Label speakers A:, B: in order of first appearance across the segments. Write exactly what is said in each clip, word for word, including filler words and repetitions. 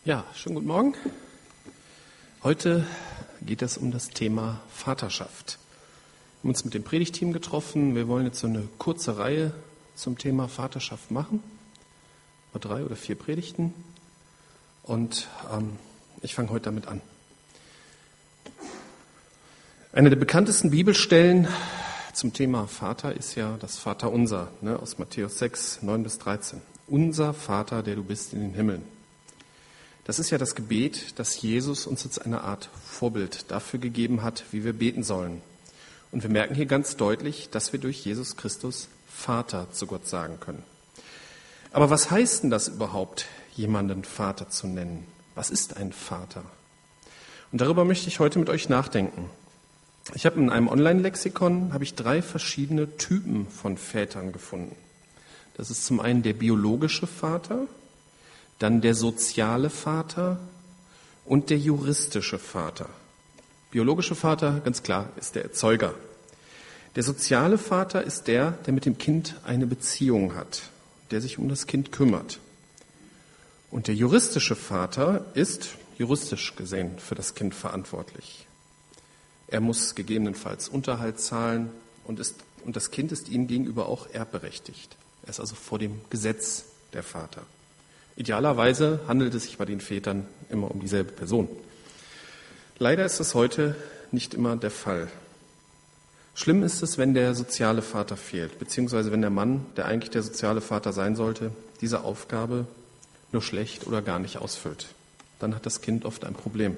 A: Ja, schönen guten Morgen. Heute geht es um das Thema Vaterschaft. Wir haben uns mit dem Predigteam getroffen. Wir wollen jetzt so eine kurze Reihe zum Thema Vaterschaft machen. Mal drei oder vier Predigten. Und ähm, ich fange heute damit an. Eine der bekanntesten Bibelstellen zum Thema Vater ist ja das Vaterunser, ne, aus Matthäus sechs, neun bis dreizehn. Unser Vater, der du bist in den Himmeln. Das ist ja das Gebet, das Jesus uns als eine Art Vorbild dafür gegeben hat, wie wir beten sollen. Und wir merken hier ganz deutlich, dass wir durch Jesus Christus Vater zu Gott sagen können. Aber was heißt denn das überhaupt, jemanden Vater zu nennen? Was ist ein Vater? Und darüber möchte ich heute mit euch nachdenken. Ich habe in einem Online-Lexikon habe ich drei verschiedene Typen von Vätern gefunden. Das ist zum einen der biologische Vater, dann der soziale Vater und der juristische Vater. Biologische Vater, ganz klar, ist der Erzeuger. Der soziale Vater ist der, der mit dem Kind eine Beziehung hat, der sich um das Kind kümmert. Und der juristische Vater ist juristisch gesehen für das Kind verantwortlich. Er muss gegebenenfalls Unterhalt zahlen und, ist, und das Kind ist ihm gegenüber auch erbberechtigt. Er ist also vor dem Gesetz der Vater. Idealerweise handelt es sich bei den Vätern immer um dieselbe Person. Leider ist das heute nicht immer der Fall. Schlimm ist es, wenn der soziale Vater fehlt, beziehungsweise wenn der Mann, der eigentlich der soziale Vater sein sollte, diese Aufgabe nur schlecht oder gar nicht ausfüllt. Dann hat das Kind oft ein Problem.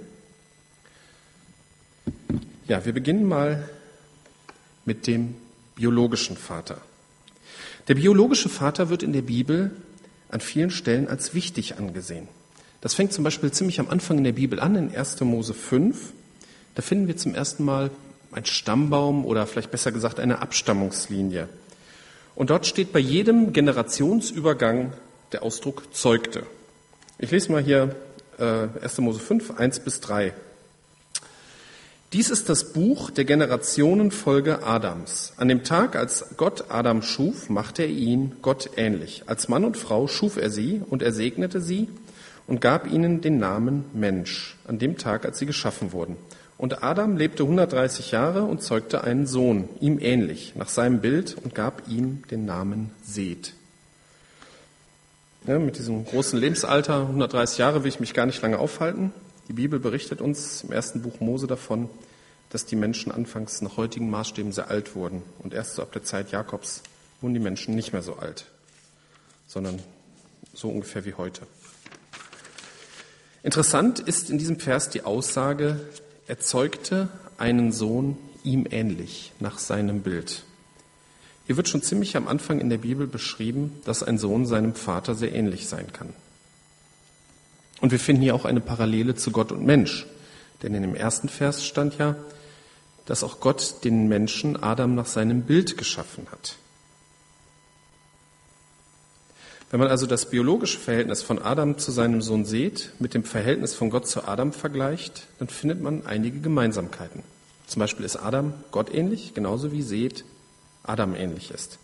A: Ja, wir beginnen mal mit dem biologischen Vater. Der biologische Vater wird in der Bibel an vielen Stellen als wichtig angesehen. Das fängt zum Beispiel ziemlich am Anfang in der Bibel an, in erster Mose fünf. Da finden wir zum ersten Mal einen Stammbaum oder vielleicht besser gesagt eine Abstammungslinie. Und dort steht bei jedem Generationsübergang der Ausdruck Zeugte. Ich lese mal hier äh, erster Mose fünf, eins bis drei. Dies ist das Buch der Generationenfolge Adams. An dem Tag, als Gott Adam schuf, machte er ihn Gott ähnlich. Als Mann und Frau schuf er sie und er segnete sie und gab ihnen den Namen Mensch, an dem Tag, als sie geschaffen wurden. Und Adam lebte hundertdreißig Jahre und zeugte einen Sohn, ihm ähnlich, nach seinem Bild und gab ihm den Namen Seth. Ja, mit diesem großen Lebensalter, hundertdreißig Jahre, will ich mich gar nicht lange aufhalten. Die Bibel berichtet uns im ersten Buch Mose davon, dass die Menschen anfangs nach heutigen Maßstäben sehr alt wurden. Und erst so ab der Zeit Jakobs wurden die Menschen nicht mehr so alt, sondern so ungefähr wie heute. Interessant ist in diesem Vers die Aussage, er zeugte einen Sohn ihm ähnlich, nach seinem Bild. Hier wird schon ziemlich am Anfang in der Bibel beschrieben, dass ein Sohn seinem Vater sehr ähnlich sein kann. Und wir finden hier auch eine Parallele zu Gott und Mensch. Denn in dem ersten Vers stand ja, dass auch Gott den Menschen Adam nach seinem Bild geschaffen hat. Wenn man also das biologische Verhältnis von Adam zu seinem Sohn Seth mit dem Verhältnis von Gott zu Adam vergleicht, dann findet man einige Gemeinsamkeiten. Zum Beispiel ist Adam Gott ähnlich, genauso wie Seth Adam ähnlich ist.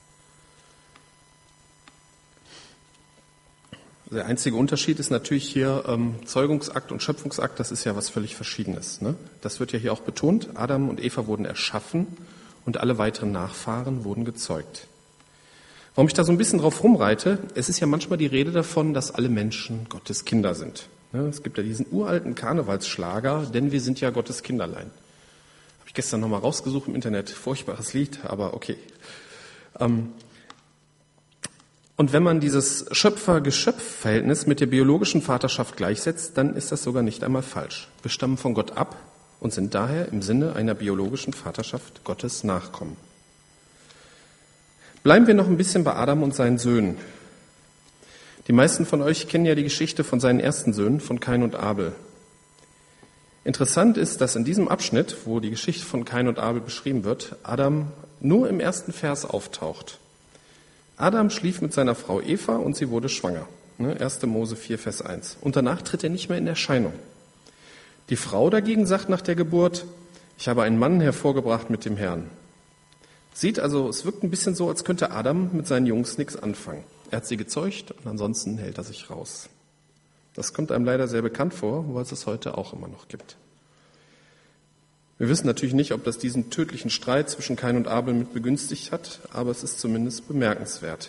A: Der einzige Unterschied ist natürlich hier ähm, Zeugungsakt und Schöpfungsakt, das ist ja was völlig Verschiedenes. Ne? Das wird ja hier auch betont. Adam und Eva wurden erschaffen und alle weiteren Nachfahren wurden gezeugt. Warum ich da so ein bisschen drauf rumreite, es ist ja manchmal die Rede davon, dass alle Menschen Gottes Kinder sind. Ne? Es gibt ja diesen uralten Karnevalsschlager, denn wir sind ja Gottes Kinderlein. Habe ich gestern nochmal rausgesucht im Internet, furchtbares Lied, aber okay. Ähm, Und wenn man dieses Schöpfer-Geschöpf-Verhältnis mit der biologischen Vaterschaft gleichsetzt, dann ist das sogar nicht einmal falsch. Wir stammen von Gott ab und sind daher im Sinne einer biologischen Vaterschaft Gottes Nachkommen. Bleiben wir noch ein bisschen bei Adam und seinen Söhnen. Die meisten von euch kennen ja die Geschichte von seinen ersten Söhnen, von Kain und Abel. Interessant ist, dass in diesem Abschnitt, wo die Geschichte von Kain und Abel beschrieben wird, Adam nur im ersten Vers auftaucht. Adam schlief mit seiner Frau Eva und sie wurde schwanger. erster Mose vier, Vers eins. Und danach tritt er nicht mehr in Erscheinung. Die Frau dagegen sagt nach der Geburt, ich habe einen Mann hervorgebracht mit dem Herrn. Sieht also, es wirkt ein bisschen so, als könnte Adam mit seinen Jungs nichts anfangen. Er hat sie gezeugt und ansonsten hält er sich raus. Das kommt einem leider sehr bekannt vor, weil es es heute auch immer noch gibt. Wir wissen natürlich nicht, ob das diesen tödlichen Streit zwischen Kain und Abel mit begünstigt hat, aber es ist zumindest bemerkenswert.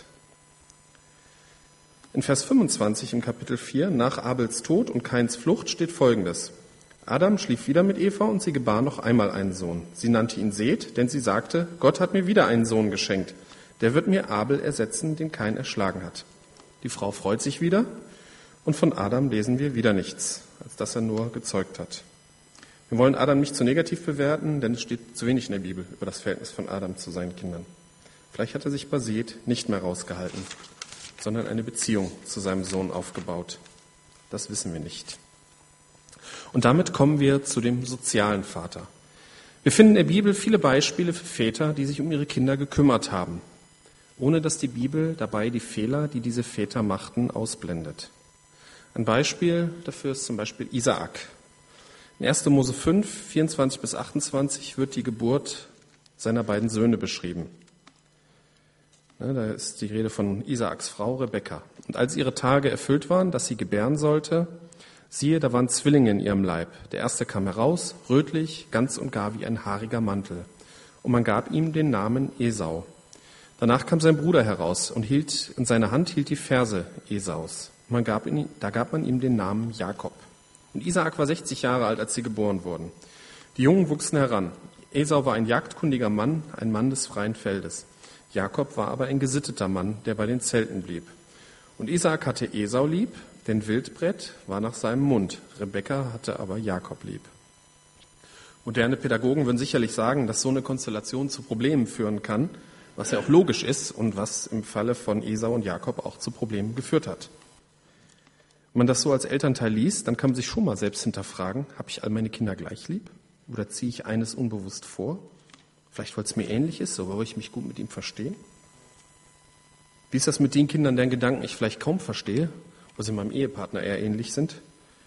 A: In Vers fünfundzwanzig im Kapitel vier, nach Abels Tod und Kains Flucht, steht Folgendes. Adam schlief wieder mit Eva und sie gebar noch einmal einen Sohn. Sie nannte ihn Seth, denn sie sagte, Gott hat mir wieder einen Sohn geschenkt. Der wird mir Abel ersetzen, den Kain erschlagen hat. Die Frau freut sich wieder und von Adam lesen wir wieder nichts, als dass er nur gezeugt hat. Wir wollen Adam nicht zu negativ bewerten, denn es steht zu wenig in der Bibel über das Verhältnis von Adam zu seinen Kindern. Vielleicht hat er sich bei Seth nicht mehr rausgehalten, sondern eine Beziehung zu seinem Sohn aufgebaut. Das wissen wir nicht. Und damit kommen wir zu dem sozialen Vater. Wir finden in der Bibel viele Beispiele für Väter, die sich um ihre Kinder gekümmert haben, ohne dass die Bibel dabei die Fehler, die diese Väter machten, ausblendet. Ein Beispiel dafür ist zum Beispiel Isaak. In erster Mose fünf, vierundzwanzig bis achtundzwanzig wird die Geburt seiner beiden Söhne beschrieben. Ja, da ist die Rede von Isaaks Frau Rebekka. Und als ihre Tage erfüllt waren, dass sie gebären sollte, siehe, da waren Zwillinge in ihrem Leib. Der erste kam heraus, rötlich, ganz und gar wie ein haariger Mantel. Und man gab ihm den Namen Esau. Danach kam sein Bruder heraus und hielt in seiner Hand hielt die Ferse Esaus. Man gab ihn, da gab man ihm den Namen Jakob. Und Isaak war sechzig Jahre alt, als sie geboren wurden. Die Jungen wuchsen heran. Esau war ein jagdkundiger Mann, ein Mann des freien Feldes. Jakob war aber ein gesitteter Mann, der bei den Zelten blieb. Und Isaak hatte Esau lieb, denn Wildbret war nach seinem Mund. Rebekka hatte aber Jakob lieb. Moderne Pädagogen würden sicherlich sagen, dass so eine Konstellation zu Problemen führen kann, was ja auch logisch ist und was im Falle von Esau und Jakob auch zu Problemen geführt hat. Wenn man das so als Elternteil liest, dann kann man sich schon mal selbst hinterfragen, habe ich all meine Kinder gleich lieb? Oder ziehe ich eines unbewusst vor? Vielleicht, weil es mir ähnlich ist, aber weil ich mich gut mit ihm verstehe? Wie ist das mit den Kindern, deren Gedanken ich vielleicht kaum verstehe, wo sie meinem Ehepartner eher ähnlich sind?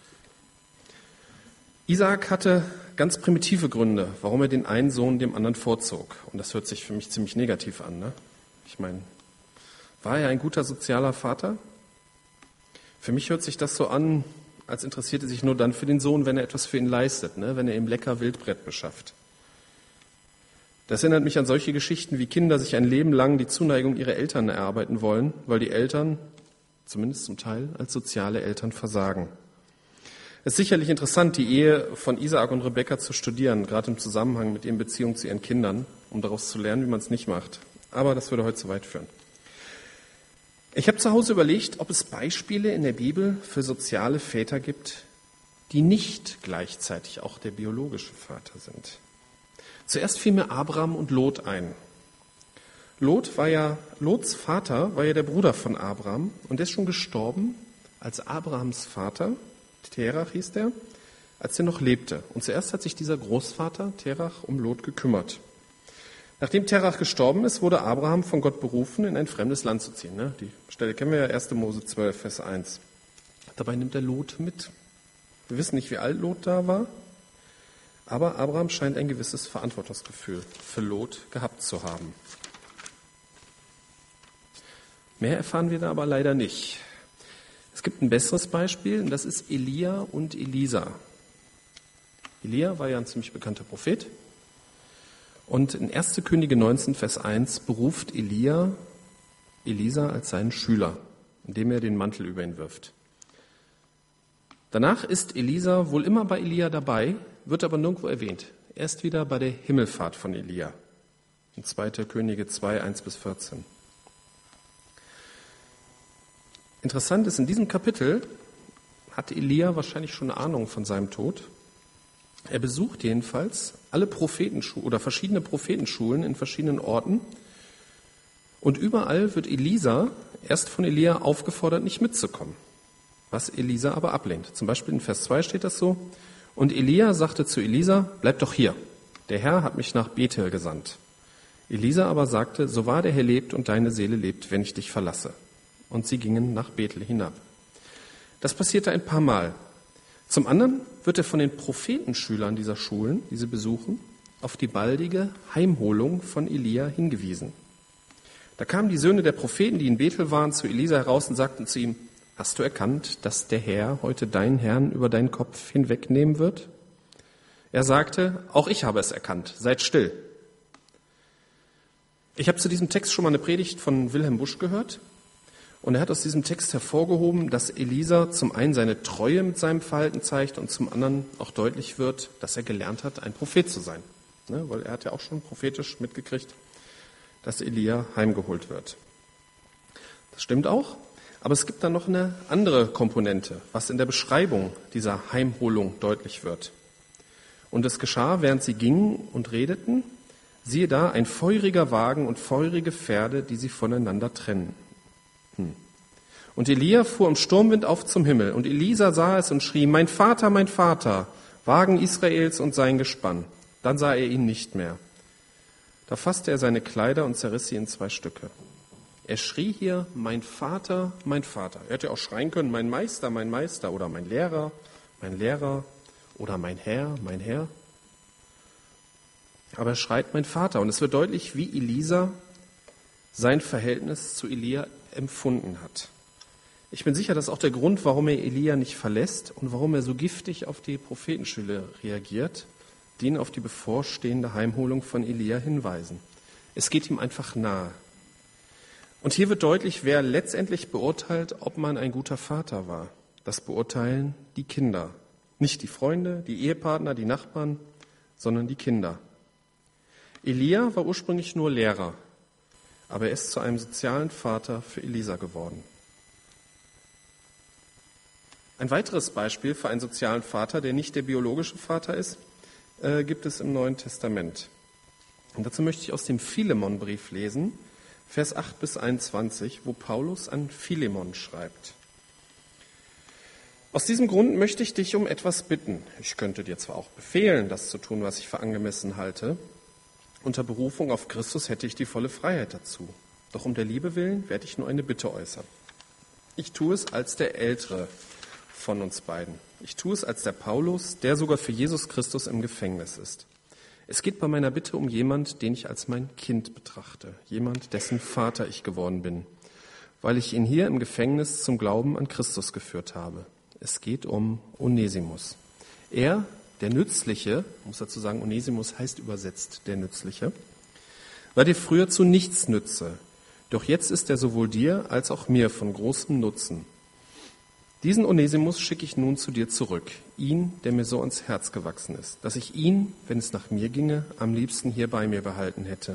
A: Isaak hatte ganz primitive Gründe, warum er den einen Sohn dem anderen vorzog. Und das hört sich für mich ziemlich negativ an. Ne? Ich meine, war er ein guter sozialer Vater? Für mich hört sich das so an, als interessiert er sich nur dann für den Sohn, wenn er etwas für ihn leistet, ne? Wenn er ihm lecker Wildbret beschafft. Das erinnert mich an solche Geschichten, wie Kinder sich ein Leben lang die Zuneigung ihrer Eltern erarbeiten wollen, weil die Eltern, zumindest zum Teil, als soziale Eltern versagen. Es ist sicherlich interessant, die Ehe von Isaak und Rebekka zu studieren, gerade im Zusammenhang mit ihren Beziehungen zu ihren Kindern, um daraus zu lernen, wie man es nicht macht. Aber das würde heute zu weit führen. Ich habe zu Hause überlegt, ob es Beispiele in der Bibel für soziale Väter gibt, die nicht gleichzeitig auch der biologische Vater sind. Zuerst fiel mir Abraham und Lot ein. Lot war ja, Lots Vater war ja der Bruder von Abraham und der ist schon gestorben, als Abrahams Vater, Terach hieß der, als er noch lebte. Und zuerst hat sich dieser Großvater, Terach, um Lot gekümmert. Nachdem Terach gestorben ist, wurde Abraham von Gott berufen, in ein fremdes Land zu ziehen. Die Stelle kennen wir ja, erster Mose zwölf, Vers eins. Dabei nimmt er Lot mit. Wir wissen nicht, wie alt Lot da war, aber Abraham scheint ein gewisses Verantwortungsgefühl für Lot gehabt zu haben. Mehr erfahren wir da aber leider nicht. Es gibt ein besseres Beispiel, und das ist Elia und Elisa. Elia war ja ein ziemlich bekannter Prophet. Und in erster Könige neunzehn, Vers eins beruft Elia Elisa als seinen Schüler, indem er den Mantel über ihn wirft. Danach ist Elisa wohl immer bei Elia dabei, wird aber nirgendwo erwähnt. Er ist wieder bei der Himmelfahrt von Elia. In zweiter Könige zwei, eins bis vierzehn. Interessant ist, in diesem Kapitel hatte Elia wahrscheinlich schon eine Ahnung von seinem Tod. Er besucht jedenfalls alle Prophetenschulen oder verschiedene Prophetenschulen in verschiedenen Orten. Und überall wird Elisa erst von Elia aufgefordert, nicht mitzukommen, was Elisa aber ablehnt. Zum Beispiel in Vers zwei steht das so: Und Elia sagte zu Elisa, bleib doch hier, der Herr hat mich nach Bethel gesandt. Elisa aber sagte, so wahr der Herr lebt und deine Seele lebt, wenn ich dich verlasse. Und sie gingen nach Bethel hinab. Das passierte ein paar Mal. Zum anderen wird er von den Prophetenschülern dieser Schulen, die sie besuchen, auf die baldige Heimholung von Elia hingewiesen. Da kamen die Söhne der Propheten, die in Bethel waren, zu Elisa heraus und sagten zu ihm, Hast du erkannt, dass der Herr heute deinen Herrn über deinen Kopf hinwegnehmen wird? Er sagte, auch ich habe es erkannt, seid still. Ich habe zu diesem Text schon mal eine Predigt von Wilhelm Busch gehört und er hat aus diesem Text hervorgehoben, dass Elisa zum einen seine Treue mit seinem Verhalten zeigt und zum anderen auch deutlich wird, dass er gelernt hat, ein Prophet zu sein. Ne, weil er hat ja auch schon prophetisch mitgekriegt, dass Elia heimgeholt wird. Das stimmt auch, aber es gibt dann noch eine andere Komponente, was in der Beschreibung dieser Heimholung deutlich wird. Und es geschah, während sie gingen und redeten, siehe da, ein feuriger Wagen und feurige Pferde, die sie voneinander trennen. Hm. Und Elia fuhr im Sturmwind auf zum Himmel, und Elisa sah es und schrie, mein Vater, mein Vater, Wagen Israels und sein Gespann. Dann sah er ihn nicht mehr. Da fasste er seine Kleider und zerriss sie in zwei Stücke. Er schrie hier, mein Vater, mein Vater. Er hätte auch schreien können, mein Meister, mein Meister oder mein Lehrer, mein Lehrer oder mein Herr, mein Herr. Aber er schreit, mein Vater. Und es wird deutlich, wie Elisa sein Verhältnis zu Elia empfunden hat. Ich bin sicher, das ist auch der Grund, warum er Elia nicht verlässt und warum er so giftig auf die Prophetenschüler reagiert, die ihn auf die bevorstehende Heimholung von Elia hinweisen. Es geht ihm einfach nahe. Und hier wird deutlich, wer letztendlich beurteilt, ob man ein guter Vater war. Das beurteilen die Kinder. Nicht die Freunde, die Ehepartner, die Nachbarn, sondern die Kinder. Elia war ursprünglich nur Lehrer, aber er ist zu einem sozialen Vater für Elisa geworden. Ein weiteres Beispiel für einen sozialen Vater, der nicht der biologische Vater ist, äh, gibt es im Neuen Testament. Und dazu möchte ich aus dem Philemon-Brief lesen, Vers acht bis einundzwanzig, wo Paulus an Philemon schreibt. Aus diesem Grund möchte ich dich um etwas bitten. Ich könnte dir zwar auch befehlen, das zu tun, was ich für angemessen halte. Unter Berufung auf Christus hätte ich die volle Freiheit dazu. Doch um der Liebe willen werde ich nur eine Bitte äußern. Ich tue es als der Ältere von uns beiden. Ich tue es als der Paulus, der sogar für Jesus Christus im Gefängnis ist. Es geht bei meiner Bitte um jemand, den ich als mein Kind betrachte, jemand, dessen Vater ich geworden bin, weil ich ihn hier im Gefängnis zum Glauben an Christus geführt habe. Es geht um Onesimus. Er, der Nützliche, muss dazu sagen, Onesimus heißt übersetzt der Nützliche, war dir früher zu nichts nütze, doch jetzt ist er sowohl dir als auch mir von großem Nutzen. Diesen Onesimus schicke ich nun zu dir zurück, ihn, der mir so ans Herz gewachsen ist, dass ich ihn, wenn es nach mir ginge, am liebsten hier bei mir behalten hätte.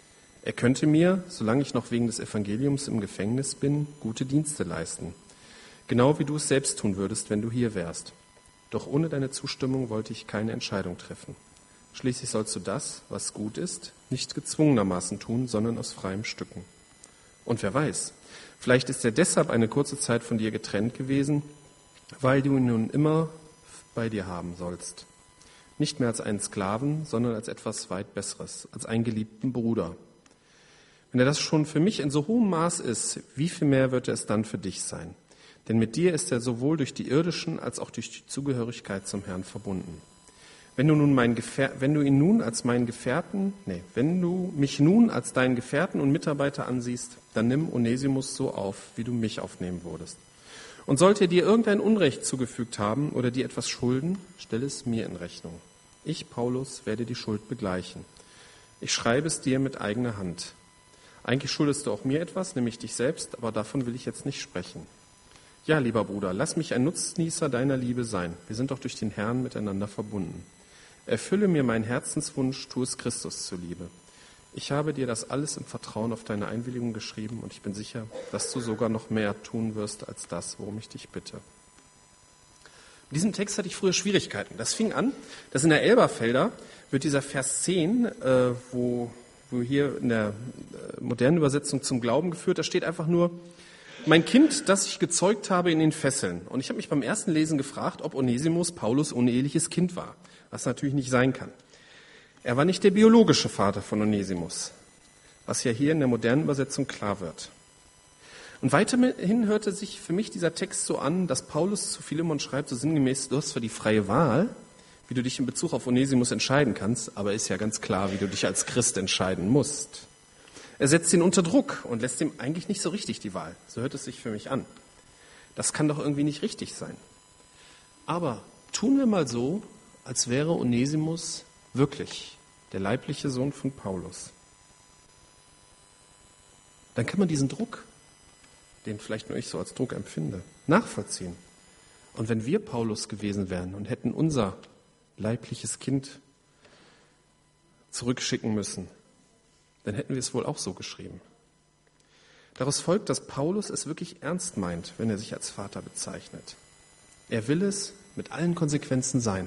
A: Er könnte mir, solange ich noch wegen des Evangeliums im Gefängnis bin, gute Dienste leisten, genau wie du es selbst tun würdest, wenn du hier wärst. Doch ohne deine Zustimmung wollte ich keine Entscheidung treffen. Schließlich sollst du das, was gut ist, nicht gezwungenermaßen tun, sondern aus freiem Stücken. Und wer weiß, vielleicht ist er deshalb eine kurze Zeit von dir getrennt gewesen, weil du ihn nun immer bei dir haben sollst. Nicht mehr als einen Sklaven, sondern als etwas weit Besseres, als einen geliebten Bruder. Wenn er das schon für mich in so hohem Maß ist, wie viel mehr wird er es dann für dich sein? Denn mit dir ist er sowohl durch die irdischen als auch durch die Zugehörigkeit zum Herrn verbunden. Wenn du nun meinen Gefähr- wenn du ihn nun als meinen Gefährten, nee, wenn du mich nun als deinen Gefährten und Mitarbeiter ansiehst, dann nimm Onesimus so auf, wie du mich aufnehmen würdest. Und sollte er dir irgendein Unrecht zugefügt haben oder dir etwas schulden, stell es mir in Rechnung. Ich, Paulus, werde die Schuld begleichen. Ich schreibe es dir mit eigener Hand. Eigentlich schuldest du auch mir etwas, nämlich dich selbst, aber davon will ich jetzt nicht sprechen. Ja, lieber Bruder, lass mich ein Nutznießer deiner Liebe sein. Wir sind doch durch den Herrn miteinander verbunden. Erfülle mir meinen Herzenswunsch, tu es Christus zuliebe. Ich habe dir das alles im Vertrauen auf deine Einwilligung geschrieben und ich bin sicher, dass du sogar noch mehr tun wirst als das, worum ich dich bitte. Mit diesem Text hatte ich früher Schwierigkeiten. Das fing an, dass in der Elberfelder wird dieser Vers zehn, äh, wo, wo hier in der äh, modernen Übersetzung zum Glauben geführt, da steht einfach nur, mein Kind, das ich gezeugt habe in den Fesseln. Und ich habe mich beim ersten Lesen gefragt, ob Onesimus Paulus uneheliches Kind war, was natürlich nicht sein kann. Er war nicht der biologische Vater von Onesimus, was ja hier in der modernen Übersetzung klar wird. Und weiterhin hörte sich für mich dieser Text so an, dass Paulus zu Philemon schreibt, so sinngemäß, du hast zwar die freie Wahl, wie du dich in Bezug auf Onesimus entscheiden kannst, aber ist ja ganz klar, wie du dich als Christ entscheiden musst. Er setzt ihn unter Druck und lässt ihm eigentlich nicht so richtig die Wahl. So hört es sich für mich an. Das kann doch irgendwie nicht richtig sein. Aber tun wir mal so, als wäre Onesimus wirklich der leibliche Sohn von Paulus. Dann kann man diesen Druck, den vielleicht nur ich so als Druck empfinde, nachvollziehen. Und wenn wir Paulus gewesen wären und hätten unser leibliches Kind zurückschicken müssen, dann hätten wir es wohl auch so geschrieben. Daraus folgt, dass Paulus es wirklich ernst meint, wenn er sich als Vater bezeichnet. Er will es mit allen Konsequenzen sein.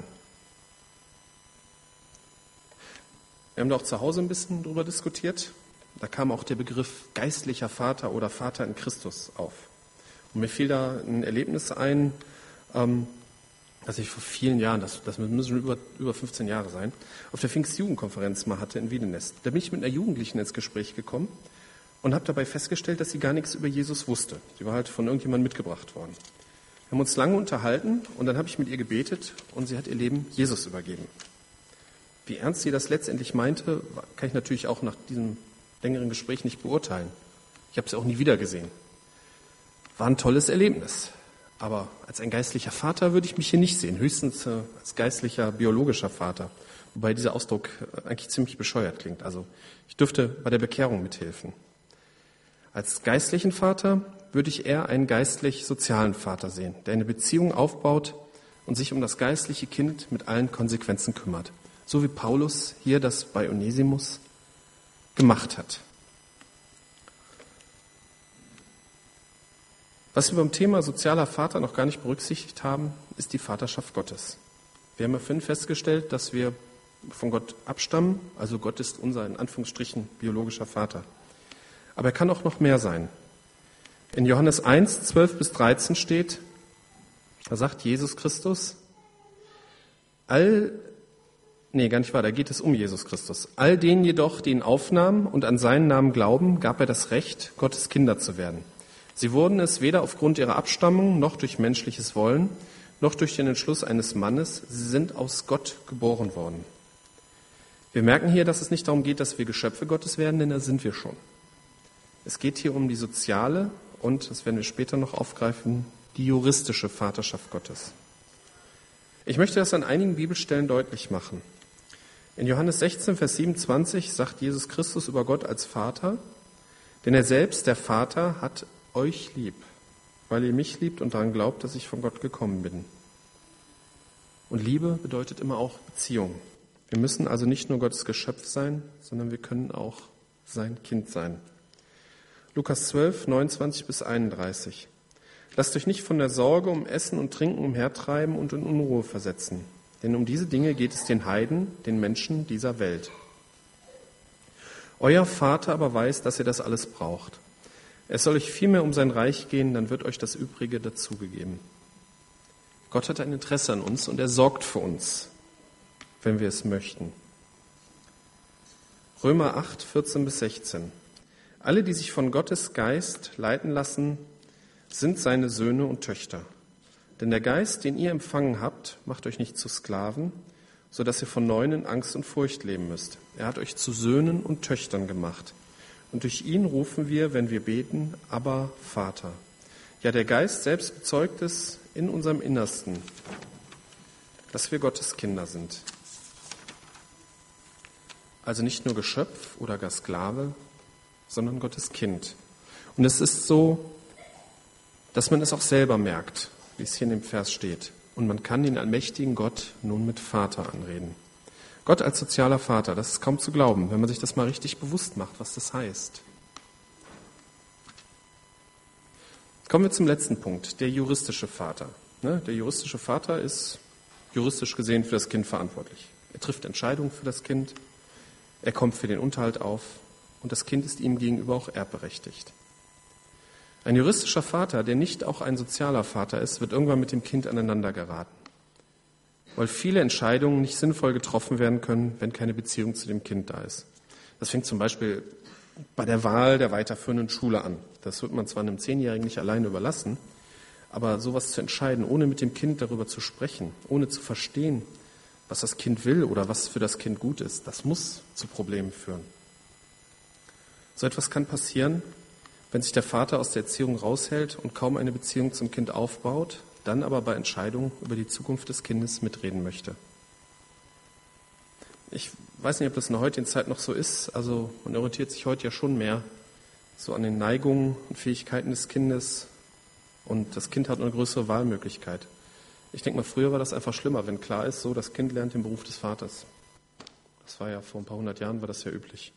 A: Wir haben da auch zu Hause ein bisschen drüber diskutiert. Da kam auch der Begriff geistlicher Vater oder Vater in Christus auf. Und mir fiel da ein Erlebnis ein, ähm, dass ich vor vielen Jahren, das, das müssen über, über fünfzehn Jahre sein, auf der Pfingstjugendkonferenz mal hatte in Wiedenest. Da bin ich mit einer Jugendlichen ins Gespräch gekommen und habe dabei festgestellt, dass sie gar nichts über Jesus wusste. Sie war halt von irgendjemandem mitgebracht worden. Wir haben uns lange unterhalten und dann habe ich mit ihr gebetet und sie hat ihr Leben Jesus übergeben. Wie ernst sie das letztendlich meinte, kann ich natürlich auch nach diesem längeren Gespräch nicht beurteilen. Ich habe sie auch nie wieder gesehen. War ein tolles Erlebnis. Aber als ein geistlicher Vater würde ich mich hier nicht sehen, höchstens äh, als geistlicher, biologischer Vater. Wobei dieser Ausdruck äh, eigentlich ziemlich bescheuert klingt. Also ich dürfte bei der Bekehrung mithelfen. Als geistlichen Vater würde ich eher einen geistlich-sozialen Vater sehen, der eine Beziehung aufbaut und sich um das geistliche Kind mit allen Konsequenzen kümmert. So wie Paulus hier das bei Onesimus gemacht hat. Was wir beim Thema sozialer Vater noch gar nicht berücksichtigt haben, ist die Vaterschaft Gottes. Wir haben ja vorhin festgestellt, dass wir von Gott abstammen, also Gott ist unser, in Anführungsstrichen, biologischer Vater. Aber er kann auch noch mehr sein. In Johannes eins, zwölf bis dreizehn steht, da sagt Jesus Christus, all, nee, gar nicht wahr, da geht es um Jesus Christus. All denen jedoch, die ihn aufnahmen und an seinen Namen glauben, gab er das Recht, Gottes Kinder zu werden. Sie wurden es weder aufgrund ihrer Abstammung, noch durch menschliches Wollen, noch durch den Entschluss eines Mannes. Sie sind aus Gott geboren worden. Wir merken hier, dass es nicht darum geht, dass wir Geschöpfe Gottes werden, denn da sind wir schon. Es geht hier um die soziale und, das werden wir später noch aufgreifen, die juristische Vaterschaft Gottes. Ich möchte das an einigen Bibelstellen deutlich machen. In Johannes sechzehn, Vers siebenundzwanzig sagt Jesus Christus über Gott als Vater, denn er selbst, der Vater, hat euch lieb, weil ihr mich liebt und daran glaubt, dass ich von Gott gekommen bin. Und Liebe bedeutet immer auch Beziehung. Wir müssen also nicht nur Gottes Geschöpf sein, sondern wir können auch sein Kind sein. Lukas zwölf, neunundzwanzig bis einunddreißig. Lasst euch nicht von der Sorge um Essen und Trinken umhertreiben und in Unruhe versetzen, denn um diese Dinge geht es den Heiden, den Menschen dieser Welt. Euer Vater aber weiß, dass ihr das alles braucht. Es soll euch vielmehr um sein Reich gehen, dann wird euch das Übrige dazugegeben. Gott hat ein Interesse an uns und er sorgt für uns, wenn wir es möchten. Römer acht, vierzehn bis sechzehn. Alle, die sich von Gottes Geist leiten lassen, sind seine Söhne und Töchter. Denn der Geist, den ihr empfangen habt, macht euch nicht zu Sklaven, so dass ihr von Neuem in Angst und Furcht leben müsst. Er hat euch zu Söhnen und Töchtern gemacht. Und durch ihn rufen wir, wenn wir beten, Abba, Vater. Ja, der Geist selbst bezeugt es in unserem Innersten, dass wir Gottes Kinder sind. Also nicht nur Geschöpf oder gar Sklave, sondern Gottes Kind. Und es ist so, dass man es auch selber merkt, wie es hier in dem Vers steht. Und man kann den allmächtigen Gott nun mit Vater anreden. Gott als sozialer Vater, das ist kaum zu glauben, wenn man sich das mal richtig bewusst macht, was das heißt. Kommen wir zum letzten Punkt, der juristische Vater. Der juristische Vater ist juristisch gesehen für das Kind verantwortlich. Er trifft Entscheidungen für das Kind, er kommt für den Unterhalt auf und das Kind ist ihm gegenüber auch erbberechtigt. Ein juristischer Vater, der nicht auch ein sozialer Vater ist, wird irgendwann mit dem Kind aneinander geraten, weil viele Entscheidungen nicht sinnvoll getroffen werden können, wenn keine Beziehung zu dem Kind da ist. Das fängt zum Beispiel bei der Wahl der weiterführenden Schule an. Das wird man zwar einem Zehnjährigen nicht alleine überlassen, aber sowas zu entscheiden, ohne mit dem Kind darüber zu sprechen, ohne zu verstehen, was das Kind will oder was für das Kind gut ist, das muss zu Problemen führen. So etwas kann passieren, Wenn sich der Vater aus der Erziehung raushält und kaum eine Beziehung zum Kind aufbaut, dann aber bei Entscheidungen über die Zukunft des Kindes mitreden möchte. Ich weiß nicht, ob das in der heutigen Zeit noch so ist. Also man orientiert sich heute ja schon mehr so an den Neigungen und Fähigkeiten des Kindes und das Kind hat eine größere Wahlmöglichkeit. Ich denke mal, früher war das einfach schlimmer, wenn klar ist, so das Kind lernt den Beruf des Vaters. Das war ja vor ein paar hundert Jahren, war das ja üblich.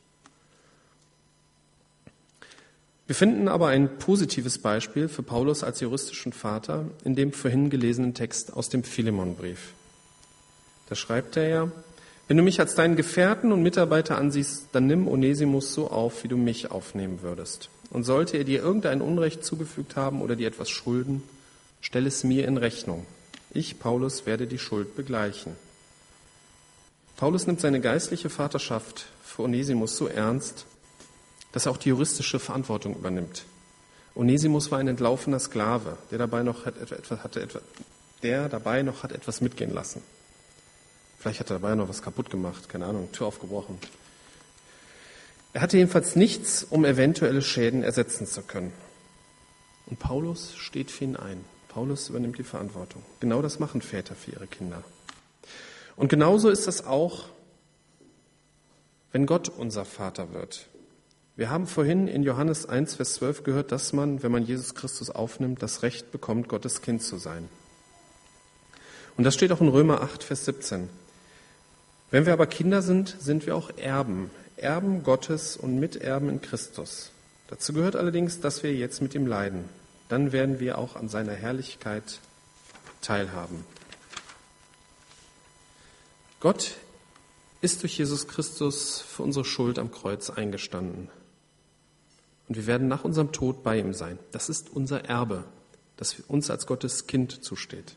A: Wir finden aber ein positives Beispiel für Paulus als juristischen Vater in dem vorhin gelesenen Text aus dem Philemonbrief. Da schreibt er ja: Wenn du mich als deinen Gefährten und Mitarbeiter ansiehst, dann nimm Onesimus so auf, wie du mich aufnehmen würdest. Und sollte er dir irgendein Unrecht zugefügt haben oder dir etwas schulden, stell es mir in Rechnung. Ich, Paulus, werde die Schuld begleichen. Paulus nimmt seine geistliche Vaterschaft für Onesimus so ernst, dass er auch die juristische Verantwortung übernimmt. Onesimus war ein entlaufener Sklave, der dabei noch hat, hatte, der dabei noch hat etwas mitgehen lassen. Vielleicht hat er dabei noch was kaputt gemacht, keine Ahnung, Tür aufgebrochen. Er hatte jedenfalls nichts, um eventuelle Schäden ersetzen zu können. Und Paulus steht für ihn ein. Paulus übernimmt die Verantwortung. Genau das machen Väter für ihre Kinder. Und genauso ist das auch, wenn Gott unser Vater wird. Wir haben vorhin in Johannes eins, Vers zwölf gehört, dass man, wenn man Jesus Christus aufnimmt, das Recht bekommt, Gottes Kind zu sein. Und das steht auch in Römer acht, Vers siebzehn. Wenn wir aber Kinder sind, sind wir auch Erben, Erben Gottes und Miterben in Christus. Dazu gehört allerdings, dass wir jetzt mit ihm leiden. Dann werden wir auch an seiner Herrlichkeit teilhaben. Gott ist durch Jesus Christus für unsere Schuld am Kreuz eingestanden. Und wir werden nach unserem Tod bei ihm sein. Das ist unser Erbe, das uns als Gottes Kind zusteht.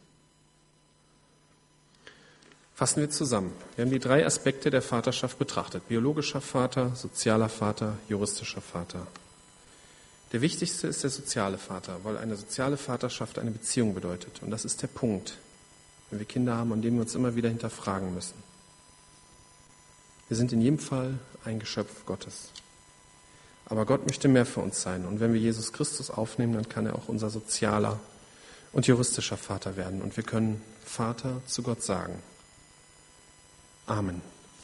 A: Fassen wir zusammen. Wir haben die drei Aspekte der Vaterschaft betrachtet. Biologischer Vater, sozialer Vater, juristischer Vater. Der wichtigste ist der soziale Vater, weil eine soziale Vaterschaft eine Beziehung bedeutet. Und das ist der Punkt, wenn wir Kinder haben, an dem wir uns immer wieder hinterfragen müssen. Wir sind in jedem Fall ein Geschöpf Gottes. Aber Gott möchte mehr für uns sein. Und wenn wir Jesus Christus aufnehmen, dann kann er auch unser sozialer und juristischer Vater werden. Und wir können Vater zu Gott sagen. Amen.